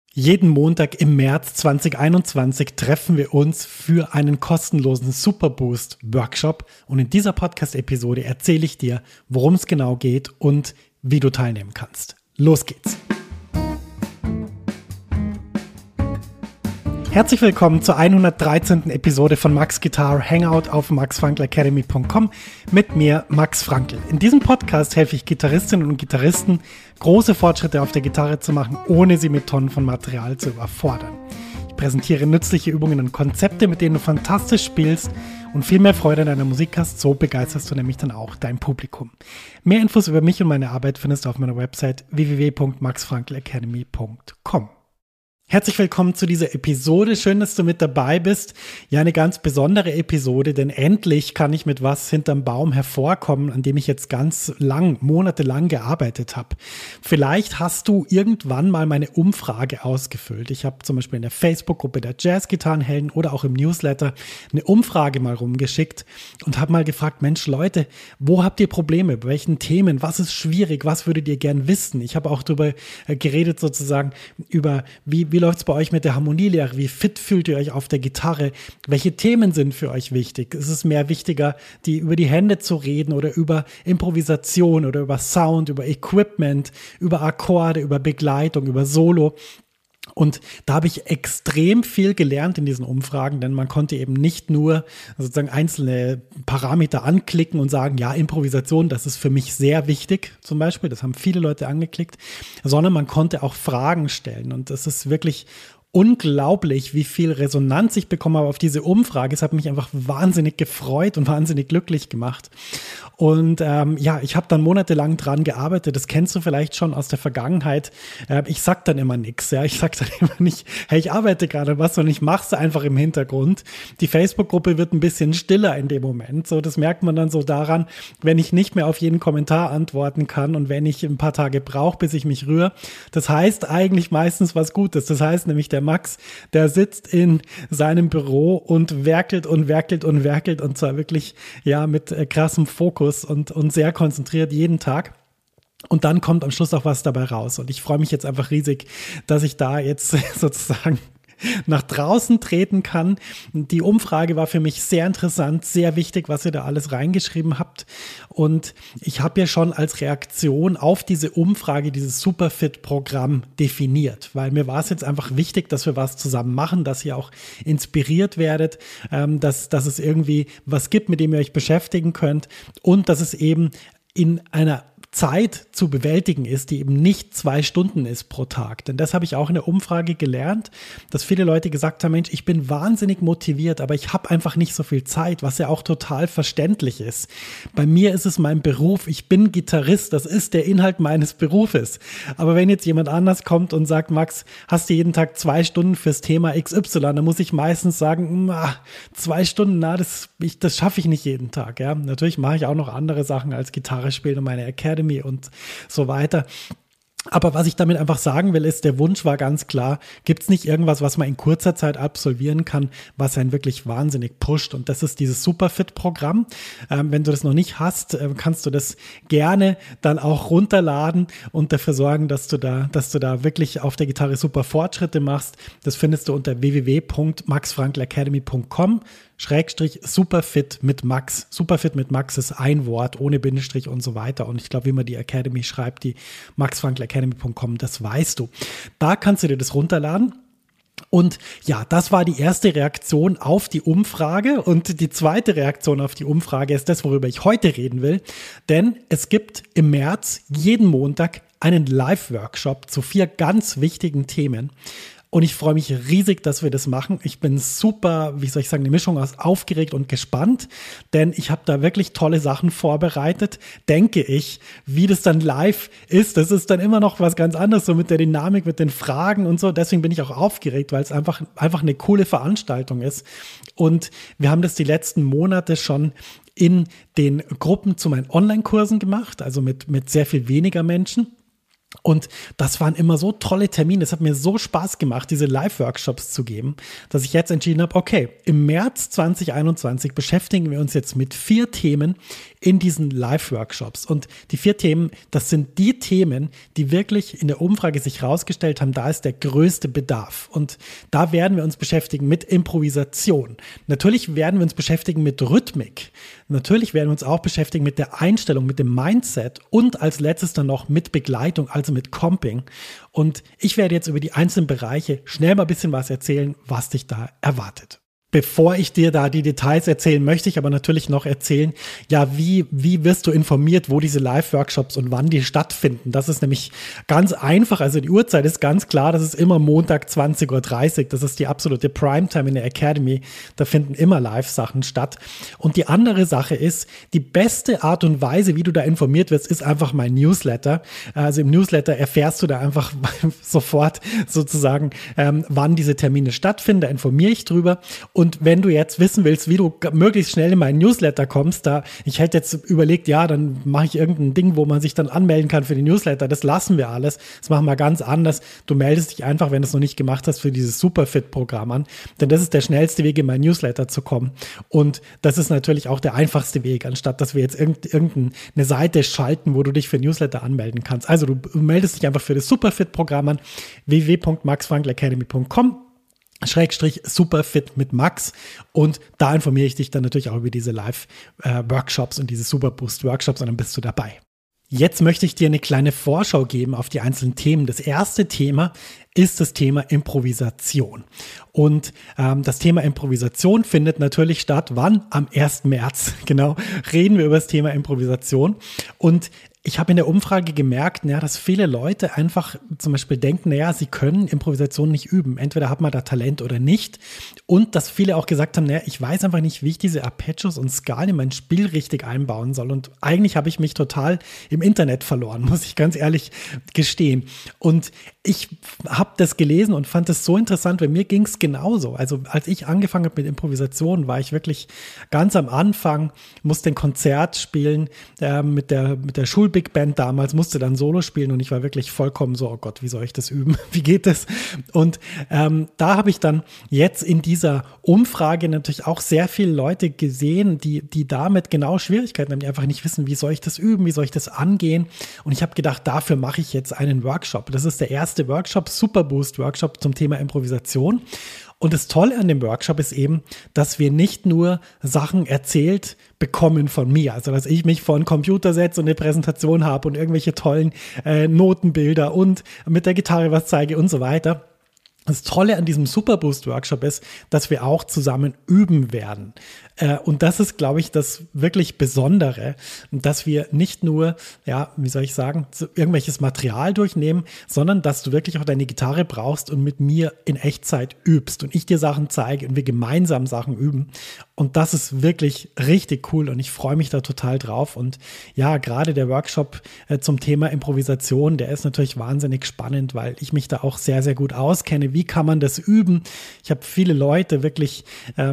Jeden Montag im März 2021 treffen wir uns für einen kostenlosen Superboost-Workshop und in dieser Podcast-Episode erzähle ich dir, worum es genau geht und wie du teilnehmen kannst. Los geht's! Herzlich willkommen zur 113. Episode von Max Guitar Hangout auf maxfrankelacademy.com mit mir, Max Frankl. In diesem Podcast helfe ich Gitarristinnen und Gitarristen, große Fortschritte auf der Gitarre zu machen, ohne sie mit Tonnen von Material zu überfordern. Ich präsentiere nützliche Übungen und Konzepte, mit denen du fantastisch spielst und viel mehr Freude an deiner Musik hast. So begeisterst du nämlich dann auch dein Publikum. Mehr Infos über mich und meine Arbeit findest du auf meiner Website www.maxfrankelacademy.com. Herzlich willkommen zu dieser Episode. Schön, dass du mit dabei bist. Ja, eine ganz besondere Episode, denn endlich kann ich mit was hinterm Baum hervorkommen, an dem ich jetzt monatelang gearbeitet habe. Vielleicht hast du irgendwann mal meine Umfrage ausgefüllt. Ich habe zum Beispiel in der Facebook-Gruppe der Jazzgitarrenhelden oder auch im Newsletter eine Umfrage mal rumgeschickt und habe mal gefragt, Mensch Leute, wo habt ihr Probleme? Bei welchen Themen? Was ist schwierig? Was würdet ihr gern wissen? Ich habe auch darüber geredet sozusagen über, wie läuft es bei euch mit der Harmonielehre? Wie fit fühlt ihr euch auf der Gitarre? Welche Themen sind für euch wichtig? Ist es mehr wichtiger, über die Hände zu reden oder über Improvisation oder über Sound, über Equipment, über Akkorde, über Begleitung, über Solo? Und da habe ich extrem viel gelernt in diesen Umfragen, denn man konnte eben nicht nur sozusagen einzelne Parameter anklicken und sagen, ja, Improvisation, das ist für mich sehr wichtig, zum Beispiel, das haben viele Leute angeklickt, sondern man konnte auch Fragen stellen und das ist wirklich unglaublich, wie viel Resonanz ich bekommen habe auf diese Umfrage. Es hat mich einfach wahnsinnig gefreut und wahnsinnig glücklich gemacht. Und ich habe dann monatelang dran gearbeitet. Das kennst du vielleicht schon aus der Vergangenheit. Ich sag dann immer nichts. Ja, ich sag dann immer nicht, hey, ich arbeite gerade was, sondern ich mache es einfach im Hintergrund. Die Facebook-Gruppe wird ein bisschen stiller in dem Moment. So, das merkt man dann so daran, wenn ich nicht mehr auf jeden Kommentar antworten kann und wenn ich ein paar Tage brauche, bis ich mich rühre. Das heißt eigentlich meistens was Gutes. Das heißt nämlich, der Max, der sitzt in seinem Büro und werkelt und zwar wirklich ja mit krassem Fokus und sehr konzentriert jeden Tag. Und dann kommt am Schluss auch was dabei raus. Und ich freue mich jetzt einfach riesig, dass ich da jetzt sozusagen nach draußen treten kann. Die Umfrage war für mich sehr interessant, sehr wichtig, was ihr da alles reingeschrieben habt. Und ich habe ja schon als Reaktion auf diese Umfrage dieses Superfit-Programm definiert, weil mir war es jetzt einfach wichtig, dass wir was zusammen machen, dass ihr auch inspiriert werdet, dass es irgendwie was gibt, mit dem ihr euch beschäftigen könnt und dass es eben in einer Zeit zu bewältigen ist, die eben nicht 2 Stunden ist pro Tag. Denn das habe ich auch in der Umfrage gelernt, dass viele Leute gesagt haben, Mensch, ich bin wahnsinnig motiviert, aber ich habe einfach nicht so viel Zeit, was ja auch total verständlich ist. Bei mir ist es mein Beruf, ich bin Gitarrist, das ist der Inhalt meines Berufes. Aber wenn jetzt jemand anders kommt und sagt, Max, hast du jeden Tag 2 Stunden fürs Thema XY, dann muss ich meistens sagen, 2 Stunden, das schaffe ich nicht jeden Tag. Ja? Natürlich mache ich auch noch andere Sachen als Gitarre spielen und meine Academy und so weiter. Aber was ich damit einfach sagen will, ist, der Wunsch war ganz klar, gibt es nicht irgendwas, was man in kurzer Zeit absolvieren kann, was einen wirklich wahnsinnig pusht? Und das ist dieses Superfit-Programm. Wenn du das noch nicht hast, kannst du das gerne dann auch runterladen und dafür sorgen, dass du da wirklich auf der Gitarre super Fortschritte machst. Das findest du unter www.maxfrankelacademy.com /Superfit mit Max. Superfit mit Max ist ein Wort, ohne Bindestrich und so weiter. Und ich glaube, wie man die Academy schreibt, die maxfrankelacademy.com, das weißt du. Da kannst du dir das runterladen. Und ja, das war die erste Reaktion auf die Umfrage. Und die zweite Reaktion auf die Umfrage ist das, worüber ich heute reden will. Denn es gibt im März jeden Montag einen Live-Workshop zu 4 ganz wichtigen Themen. Und ich freue mich riesig, dass wir das machen. Ich bin super, eine Mischung aus aufgeregt und gespannt, denn ich habe da wirklich tolle Sachen vorbereitet, denke ich. Wie das dann live ist, das ist dann immer noch was ganz anderes, so mit der Dynamik, mit den Fragen und so. Deswegen bin ich auch aufgeregt, weil es einfach eine coole Veranstaltung ist. Und wir haben das die letzten Monate schon in den Gruppen zu meinen Online-Kursen gemacht, also mit sehr viel weniger Menschen. Und das waren immer so tolle Termine. Es hat mir so Spaß gemacht, diese Live-Workshops zu geben, dass ich jetzt entschieden habe, okay, im März 2021 beschäftigen wir uns jetzt mit 4 Themen in diesen Live-Workshops. Und die 4 Themen, das sind die Themen, die wirklich in der Umfrage sich rausgestellt haben, da ist der größte Bedarf. Und da werden wir uns beschäftigen mit Improvisation. Natürlich werden wir uns beschäftigen mit Rhythmik. Natürlich werden wir uns auch beschäftigen mit der Einstellung, mit dem Mindset und als letztes dann noch mit Begleitung, also mit Comping. Und ich werde jetzt über die einzelnen Bereiche schnell mal ein bisschen was erzählen, was dich da erwartet. Bevor ich dir da die Details erzählen, möchte ich aber natürlich noch erzählen, ja, wie wirst du informiert, wo diese Live-Workshops und wann die stattfinden? Das ist nämlich ganz einfach. Also die Uhrzeit ist ganz klar, das ist immer Montag 20:30 Uhr. Das ist die absolute Primetime in der Academy. Da finden immer Live-Sachen statt. Und die andere Sache ist, die beste Art und Weise, wie du da informiert wirst, ist einfach mein Newsletter. Also im Newsletter erfährst du da einfach sofort sozusagen, wann diese Termine stattfinden. Da informiere ich drüber. Und wenn du jetzt wissen willst, wie du möglichst schnell in meinen Newsletter kommst, ich hätte jetzt überlegt, ja, dann mache ich irgendein Ding, wo man sich dann anmelden kann für den Newsletter. Das lassen wir alles. Das machen wir ganz anders. Du meldest dich einfach, wenn du es noch nicht gemacht hast, für dieses Superfit-Programm an. Denn das ist der schnellste Weg, in meinen Newsletter zu kommen. Und das ist natürlich auch der einfachste Weg, anstatt dass wir jetzt irgendeine Seite schalten, wo du dich für Newsletter anmelden kannst. Also du meldest dich einfach für das Superfit-Programm an, www.maxfrankelacademy.com. /Superfit mit Max, und da informiere ich dich dann natürlich auch über diese Live-Workshops und diese Superboost-Workshops, und dann bist du dabei. Jetzt möchte ich dir eine kleine Vorschau geben auf die einzelnen Themen. Das erste Thema ist das Thema Improvisation. Und das Thema Improvisation findet natürlich statt. Wann? Am 1. März. Genau, reden wir über das Thema Improvisation. Und ich habe in der Umfrage gemerkt, dass viele Leute einfach zum Beispiel denken, sie können Improvisation nicht üben. Entweder hat man da Talent oder nicht. Und dass viele auch gesagt haben, ich weiß einfach nicht, wie ich diese Arpeggios und Skalen in mein Spiel richtig einbauen soll. Und eigentlich habe ich mich total im Internet verloren, muss ich ganz ehrlich gestehen. Und ich habe das gelesen und fand es so interessant, weil mir ging es genauso. Also als ich angefangen habe mit Improvisation, war ich wirklich ganz am Anfang, musste ein Konzert spielen mit der Schul-Big Band damals, musste dann Solo spielen, und ich war wirklich vollkommen so, oh Gott, wie soll ich das üben? Wie geht das? Und da habe ich dann jetzt in dieser Umfrage natürlich auch sehr viele Leute gesehen, die damit genau Schwierigkeiten haben, die einfach nicht wissen, wie soll ich das üben, wie soll ich das angehen? Und ich habe gedacht, dafür mache ich jetzt einen Workshop. Das ist der erste Workshop, Superboost-Workshop zum Thema Improvisation. Und das Tolle an dem Workshop ist eben, dass wir nicht nur Sachen erzählt bekommen von mir, also dass ich mich vor einen Computer setze und eine Präsentation habe und irgendwelche tollen Notenbilder und mit der Gitarre was zeige und so weiter. Das Tolle an diesem Superboost-Workshop ist, dass wir auch zusammen üben werden. Und das ist, glaube ich, das wirklich Besondere, dass wir nicht nur, irgendwelches Material durchnehmen, sondern dass du wirklich auch deine Gitarre brauchst und mit mir in Echtzeit übst und ich dir Sachen zeige und wir gemeinsam Sachen üben. Und das ist wirklich richtig cool, und ich freue mich da total drauf. Und ja, gerade der Workshop zum Thema Improvisation, der ist natürlich wahnsinnig spannend, weil ich mich da auch sehr, sehr gut auskenne. Wie kann man das üben? Ich habe viele Leute wirklich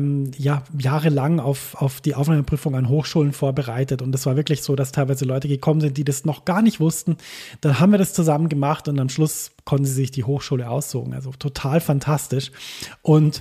jahrelang auf die Aufnahmeprüfung an Hochschulen vorbereitet, und es war wirklich so, dass teilweise Leute gekommen sind, die das noch gar nicht wussten. Dann haben wir das zusammen gemacht, und am Schluss konnten sie sich die Hochschule aussuchen. Also total fantastisch. Und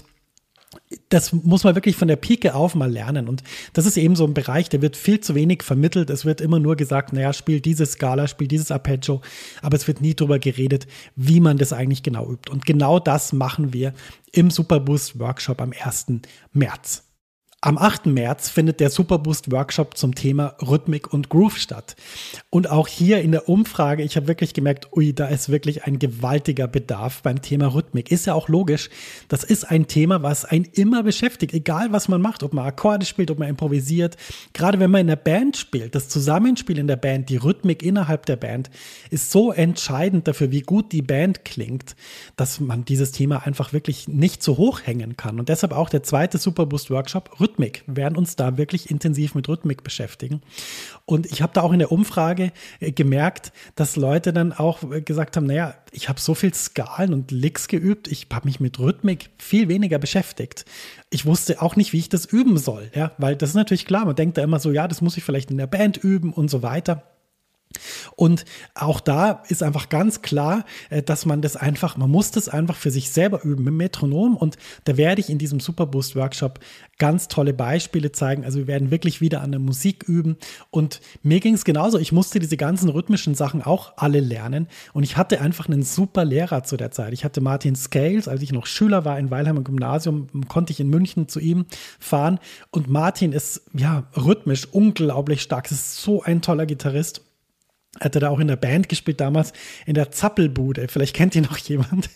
das muss man wirklich von der Pike auf mal lernen, und das ist eben so ein Bereich, der wird viel zu wenig vermittelt. Es wird immer nur gesagt, spiel diese Skala, spiel dieses Arpeggio, aber es wird nie drüber geredet, wie man das eigentlich genau übt. Und genau das machen wir im Superboost Workshop am 1. März. Am 8. März findet der Superboost-Workshop zum Thema Rhythmik und Groove statt. Und auch hier in der Umfrage, ich habe wirklich gemerkt, da ist wirklich ein gewaltiger Bedarf beim Thema Rhythmik. Ist ja auch logisch, das ist ein Thema, was einen immer beschäftigt, egal was man macht, ob man Akkorde spielt, ob man improvisiert. Gerade wenn man in der Band spielt, das Zusammenspiel in der Band, die Rhythmik innerhalb der Band ist so entscheidend dafür, wie gut die Band klingt, dass man dieses Thema einfach wirklich nicht so hoch hängen kann. Und deshalb auch der zweite Superboost-Workshop, Rhythmik. Wir werden uns da wirklich intensiv mit Rhythmik beschäftigen. Und ich habe da auch in der Umfrage gemerkt, dass Leute dann auch gesagt haben, ich habe so viel Skalen und Licks geübt, ich habe mich mit Rhythmik viel weniger beschäftigt. Ich wusste auch nicht, wie ich das üben soll, weil das ist natürlich klar, man denkt da immer so, das muss ich vielleicht in der Band üben und so weiter. Und auch da ist einfach ganz klar, dass man muss das einfach für sich selber üben mit dem Metronom. Und da werde ich in diesem Superboost-Workshop ganz tolle Beispiele zeigen. Also wir werden wirklich wieder an der Musik üben. Und mir ging es genauso. Ich musste diese ganzen rhythmischen Sachen auch alle lernen. Und ich hatte einfach einen super Lehrer zu der Zeit. Ich hatte Martin Scales, als ich noch Schüler war in Weilheim im Gymnasium, konnte ich in München zu ihm fahren. Und Martin ist ja rhythmisch unglaublich stark. Es ist so ein toller Gitarrist. Hatte da auch in der Band gespielt damals, in der Zappelbude. Vielleicht kennt ihr noch jemand.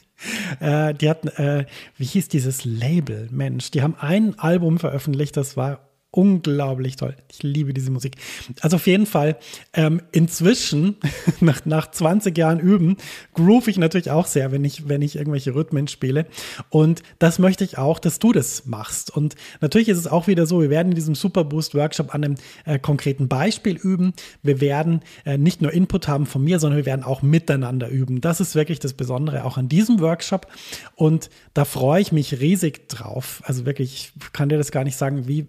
Die hatten, wie hieß dieses Label? Mensch, die haben ein Album veröffentlicht, das war unglaublich toll. Ich liebe diese Musik. Also auf jeden Fall, inzwischen, nach 20 Jahren Üben, groove ich natürlich auch sehr, wenn ich irgendwelche Rhythmen spiele. Und das möchte ich auch, dass du das machst. Und natürlich ist es auch wieder so, wir werden in diesem Superboost-Workshop an einem konkreten Beispiel üben. Wir werden nicht nur Input haben von mir, sondern wir werden auch miteinander üben. Das ist wirklich das Besondere auch an diesem Workshop. Und da freue ich mich riesig drauf. Also wirklich, ich kann dir das gar nicht sagen, wie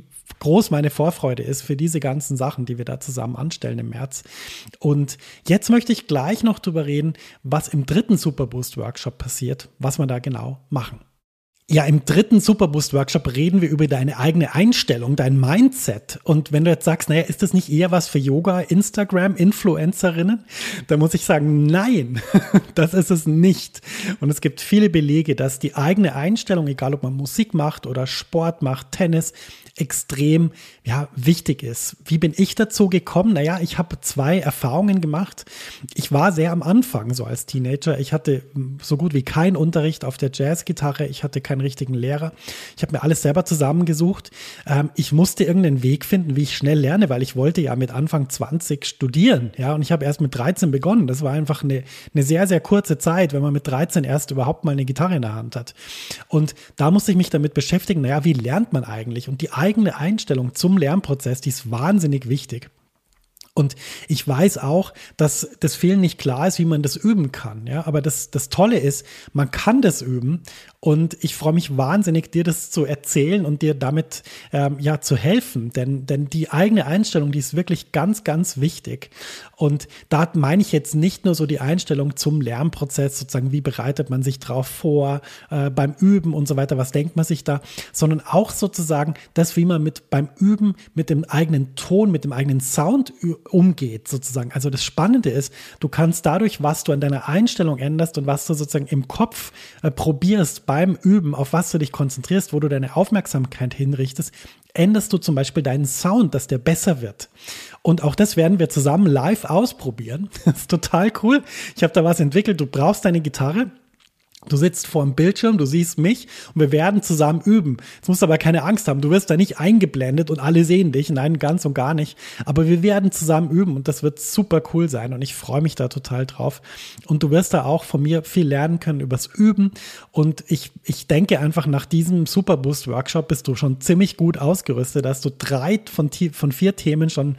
groß meine Vorfreude ist für diese ganzen Sachen, die wir da zusammen anstellen im März. Und jetzt möchte ich gleich noch drüber reden, was im dritten Superboost-Workshop passiert, was wir da genau machen. Ja, im dritten Superboost-Workshop reden wir über deine eigene Einstellung, dein Mindset. Und wenn du jetzt sagst, naja, ist das nicht eher was für Yoga, Instagram, Influencerinnen? Da muss ich sagen, nein, das ist es nicht. Und es gibt viele Belege, dass die eigene Einstellung, egal ob man Musik macht oder Sport macht, Tennis, extrem wichtig ist. Wie bin ich dazu gekommen? Naja, ich habe 2 Erfahrungen gemacht. Ich war sehr am Anfang, so als Teenager. Ich hatte so gut wie keinen Unterricht auf der Jazzgitarre. Ich hatte keinen richtigen Lehrer. Ich habe mir alles selber zusammengesucht. Ich musste irgendeinen Weg finden, wie ich schnell lerne, weil ich wollte ja mit Anfang 20 studieren. Ja, und ich habe erst mit 13 begonnen. Das war einfach eine sehr, sehr kurze Zeit, wenn man mit 13 erst überhaupt mal eine Gitarre in der Hand hat. Und da musste ich mich damit beschäftigen, naja, wie lernt man eigentlich? Und die eigene Einstellung zum Lernprozess, die ist wahnsinnig wichtig. Und ich weiß auch, dass das vielen nicht klar ist, wie man das üben kann. Ja, aber das Tolle ist, man kann das üben. Und ich freue mich wahnsinnig, dir das zu erzählen und dir damit zu helfen. Denn die eigene Einstellung, die ist wirklich ganz, ganz wichtig. Und da meine ich jetzt nicht nur so die Einstellung zum Lernprozess, sozusagen, wie bereitet man sich drauf vor, beim Üben und so weiter, was denkt man sich da, sondern auch sozusagen das, wie man beim Üben mit dem eigenen Ton, mit dem eigenen Sound umgeht, sozusagen. Also das Spannende ist, du kannst dadurch, was du an deiner Einstellung änderst und was du sozusagen im Kopf probierst beim Üben, auf was du dich konzentrierst, wo du deine Aufmerksamkeit hinrichtest, änderst du zum Beispiel deinen Sound, dass der besser wird. Und auch das werden wir zusammen live ausprobieren. Das ist total cool. Ich habe da was entwickelt. Du brauchst deine Gitarre. Du sitzt vor dem Bildschirm, du siehst mich und wir werden zusammen üben. Jetzt musst du aber keine Angst haben, du wirst da nicht eingeblendet und alle sehen dich. Nein, ganz und gar nicht. Aber wir werden zusammen üben und das wird super cool sein und ich freue mich da total drauf. Und du wirst da auch von mir viel lernen können übers Üben. Und ich denke einfach, nach diesem Superboost-Workshop bist du schon ziemlich gut ausgerüstet. Da hast du 3 von 4 Themen schon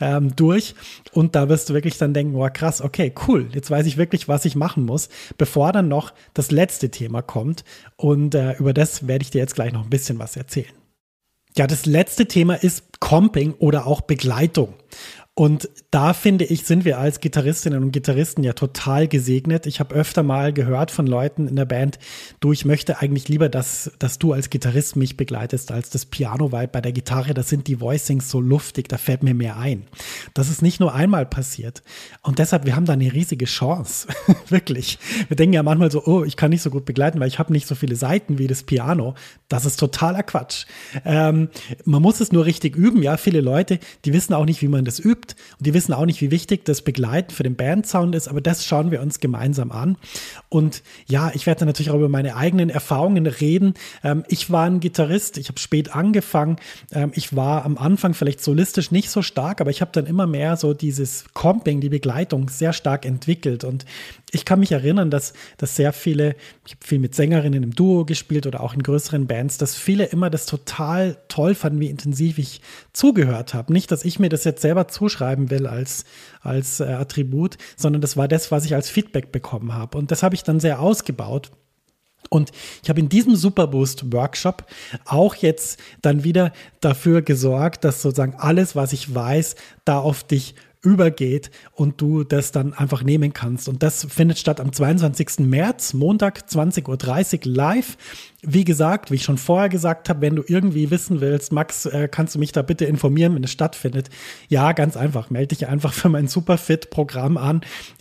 durch und da wirst du wirklich dann denken, oh krass, okay, cool, jetzt weiß ich wirklich, was ich machen muss, bevor dann noch das letzte Thema kommt und über das werde ich dir jetzt gleich noch ein bisschen was erzählen. Ja, das letzte Thema ist Comping oder auch Begleitung. Und da finde ich, sind wir als Gitarristinnen und Gitarristen ja total gesegnet. Ich habe öfter mal gehört von Leuten in der Band, du, ich möchte eigentlich lieber, dass du als Gitarrist mich begleitest als das Piano, weil bei der Gitarre, da sind die Voicings so luftig, da fällt mir mehr ein. Das ist nicht nur einmal passiert. Und deshalb, wir haben da eine riesige Chance. Wirklich. Wir denken ja manchmal so, oh, ich kann nicht so gut begleiten, weil ich habe nicht so viele Saiten wie das Piano. Das ist totaler Quatsch. Man muss es nur richtig üben. Ja, viele Leute, die wissen auch nicht, wie man das übt. Und die wissen auch nicht, wie wichtig das Begleiten für den Bandsound ist, aber das schauen wir uns gemeinsam an. Und ja, ich werde natürlich auch über meine eigenen Erfahrungen reden. Ich war ein Gitarrist, ich habe spät angefangen. Ich war am Anfang vielleicht solistisch nicht so stark, aber ich habe dann immer mehr so dieses Comping, die Begleitung sehr stark entwickelt. Und ich kann mich erinnern, dass sehr viele, ich habe viel mit Sängerinnen im Duo gespielt oder auch in größeren Bands, dass viele immer das total toll fanden, wie intensiv ich zugehört habe. Nicht, dass ich mir das jetzt selber zuschreiben will als Attribut, sondern das war das, was ich als Feedback bekommen habe. Und das habe ich dann sehr ausgebaut. Und ich habe in diesem Superboost-Workshop auch jetzt dann wieder dafür gesorgt, dass sozusagen alles, was ich weiß, da auf dich übergeht und du das dann einfach nehmen kannst. Und das findet statt am 22. März, Montag 20.30 Uhr live. Wie gesagt, wie ich schon vorher gesagt habe, wenn du irgendwie wissen willst, Max, kannst du mich da bitte informieren, wenn es stattfindet? Ja, ganz einfach. Melde dich einfach für mein Superfit-Programm an.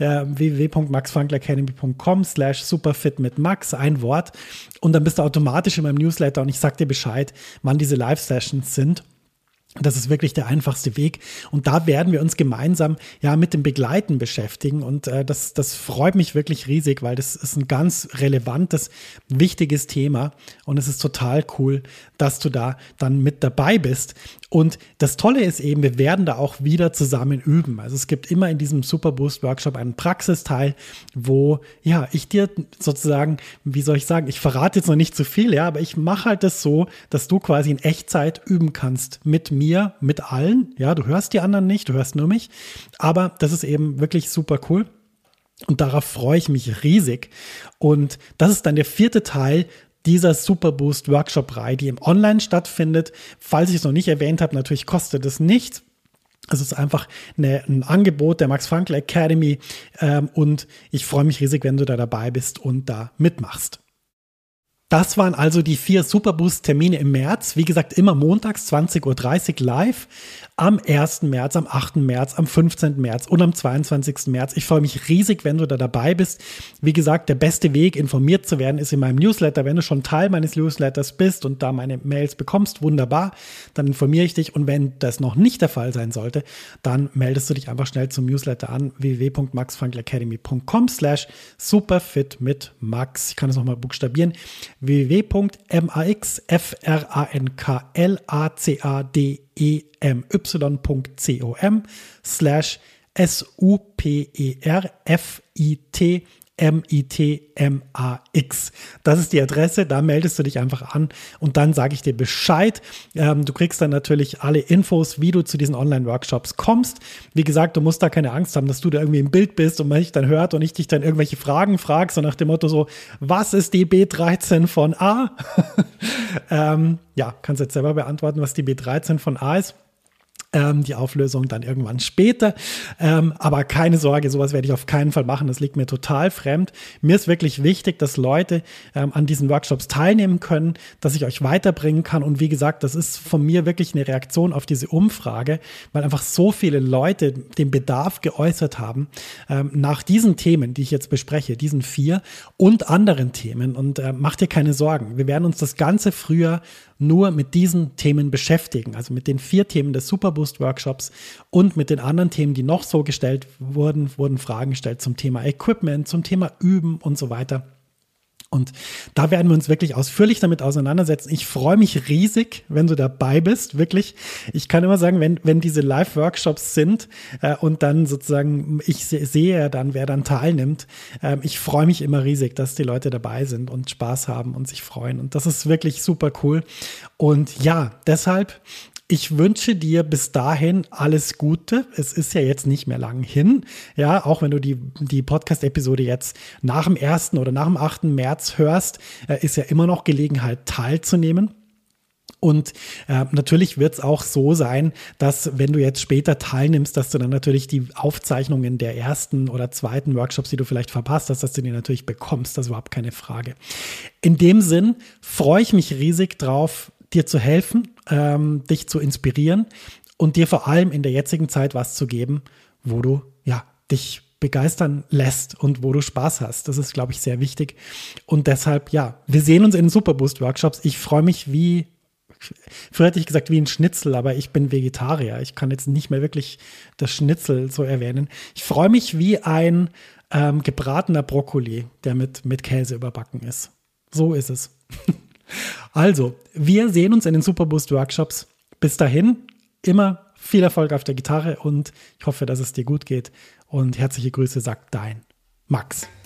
www.maxfrankleracademy.com/superfit mit Max, ein Wort. Und dann bist du automatisch in meinem Newsletter und ich sag dir Bescheid, wann diese Live-Sessions sind. Das ist wirklich der einfachste Weg. Und da werden wir uns gemeinsam mit dem Begleiten beschäftigen. Und das freut mich wirklich riesig, weil das ist ein ganz relevantes, wichtiges Thema. Und es ist total cool, dass du da dann mit dabei bist. Und das Tolle ist eben, wir werden da auch wieder zusammen üben. Also es gibt immer in diesem Superboost Workshop einen Praxisteil, wo ich dir sozusagen, wie soll ich sagen, ich verrate jetzt noch nicht zu viel, aber ich mache halt das so, dass du quasi in Echtzeit üben kannst mit mir, mit allen. Ja, du hörst die anderen nicht, du hörst nur mich. Aber das ist eben wirklich super cool. Und darauf freue ich mich riesig. Und das ist dann der 4. Teil dieser Superboost Workshop-Reihe, die im Online stattfindet. Falls ich es noch nicht erwähnt habe, natürlich kostet es nichts. Es ist einfach ein Angebot der Max Frankler Academy und ich freue mich riesig, wenn du da dabei bist und da mitmachst. Das waren also die 4 Superboost-Termine im März. Wie gesagt, immer montags 20.30 Uhr live. Am 1. März, am 8. März, am 15. März und am 22. März. Ich freue mich riesig, wenn du da dabei bist. Wie gesagt, der beste Weg, informiert zu werden, ist in meinem Newsletter. Wenn du schon Teil meines Newsletters bist und da meine Mails bekommst, wunderbar, dann informiere ich dich. Und wenn das noch nicht der Fall sein sollte, dann meldest du dich einfach schnell zum Newsletter an, www.maxfrankleracademy.com/superfit mit Max. Ich kann es nochmal buchstabieren. www.maxfrankleracademy.com/superfitmitmax. Das ist die Adresse, da meldest du dich einfach an und dann sage ich dir Bescheid. Du kriegst dann natürlich alle Infos, wie du zu diesen Online-Workshops kommst. Wie gesagt, du musst da keine Angst haben, dass du da irgendwie im Bild bist und man dich dann hört und ich dich dann irgendwelche Fragen frage, so nach dem Motto so, was ist die B13 von A? Kannst jetzt selber beantworten, was die B13 von A ist. Die Auflösung dann irgendwann später. Aber keine Sorge, sowas werde ich auf keinen Fall machen. Das liegt mir total fremd. Mir ist wirklich wichtig, dass Leute an diesen Workshops teilnehmen können, dass ich euch weiterbringen kann. Und wie gesagt, das ist von mir wirklich eine Reaktion auf diese Umfrage, weil einfach so viele Leute den Bedarf geäußert haben nach diesen Themen, die ich jetzt bespreche, diesen 4 und anderen Themen. Und mach dir keine Sorgen. Wir werden uns das ganze Frühjahr nur mit diesen Themen beschäftigen, also mit den 4 Themen des Superboost-Workshops und mit den anderen Themen, die noch so gestellt wurden Fragen gestellt zum Thema Equipment, zum Thema Üben und so weiter. Und da werden wir uns wirklich ausführlich damit auseinandersetzen. Ich freue mich riesig, wenn du dabei bist, wirklich. Ich kann immer sagen, wenn diese Live-Workshops sind und dann sozusagen, ich sehe dann, wer dann teilnimmt, ich freue mich immer riesig, dass die Leute dabei sind und Spaß haben und sich freuen. Und das ist wirklich super cool. Und ja, deshalb, ich wünsche dir bis dahin alles Gute. Es ist ja jetzt nicht mehr lang hin. Ja, auch wenn du die Podcast-Episode jetzt nach dem 1. oder nach dem 8. März hörst, ist ja immer noch Gelegenheit teilzunehmen. Und natürlich wird es auch so sein, dass wenn du jetzt später teilnimmst, dass du dann natürlich die Aufzeichnungen der 1. oder 2. Workshops, die du vielleicht verpasst hast, dass du die natürlich bekommst. Das ist überhaupt keine Frage. In dem Sinn freue ich mich riesig drauf, dir zu helfen, dich zu inspirieren und dir vor allem in der jetzigen Zeit was zu geben, wo du dich begeistern lässt und wo du Spaß hast. Das ist, glaube ich, sehr wichtig. Und deshalb, wir sehen uns in den Superboost-Workshops. Ich freue mich früher hätte ich gesagt wie ein Schnitzel, aber ich bin Vegetarier. Ich kann jetzt nicht mehr wirklich das Schnitzel so erwähnen. Ich freue mich wie ein gebratener Brokkoli, der mit Käse überbacken ist. So ist es. Also, wir sehen uns in den Superboost-Workshops. Bis dahin, immer viel Erfolg auf der Gitarre und ich hoffe, dass es dir gut geht. Und herzliche Grüße, sagt dein Max.